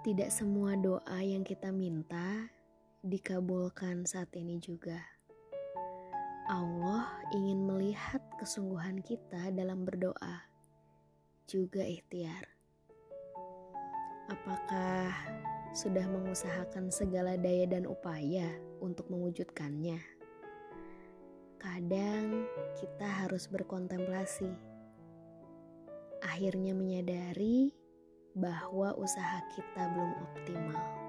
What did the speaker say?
Tidak semua doa yang kita minta dikabulkan saat ini juga. Allah ingin melihat kesungguhan kita dalam berdoa, juga ikhtiar. Apakah sudah mengusahakan segala daya dan upaya untuk mewujudkannya? Kadang kita harus berkontemplasi, akhirnya menyadari bahwa usaha kita belum optimal.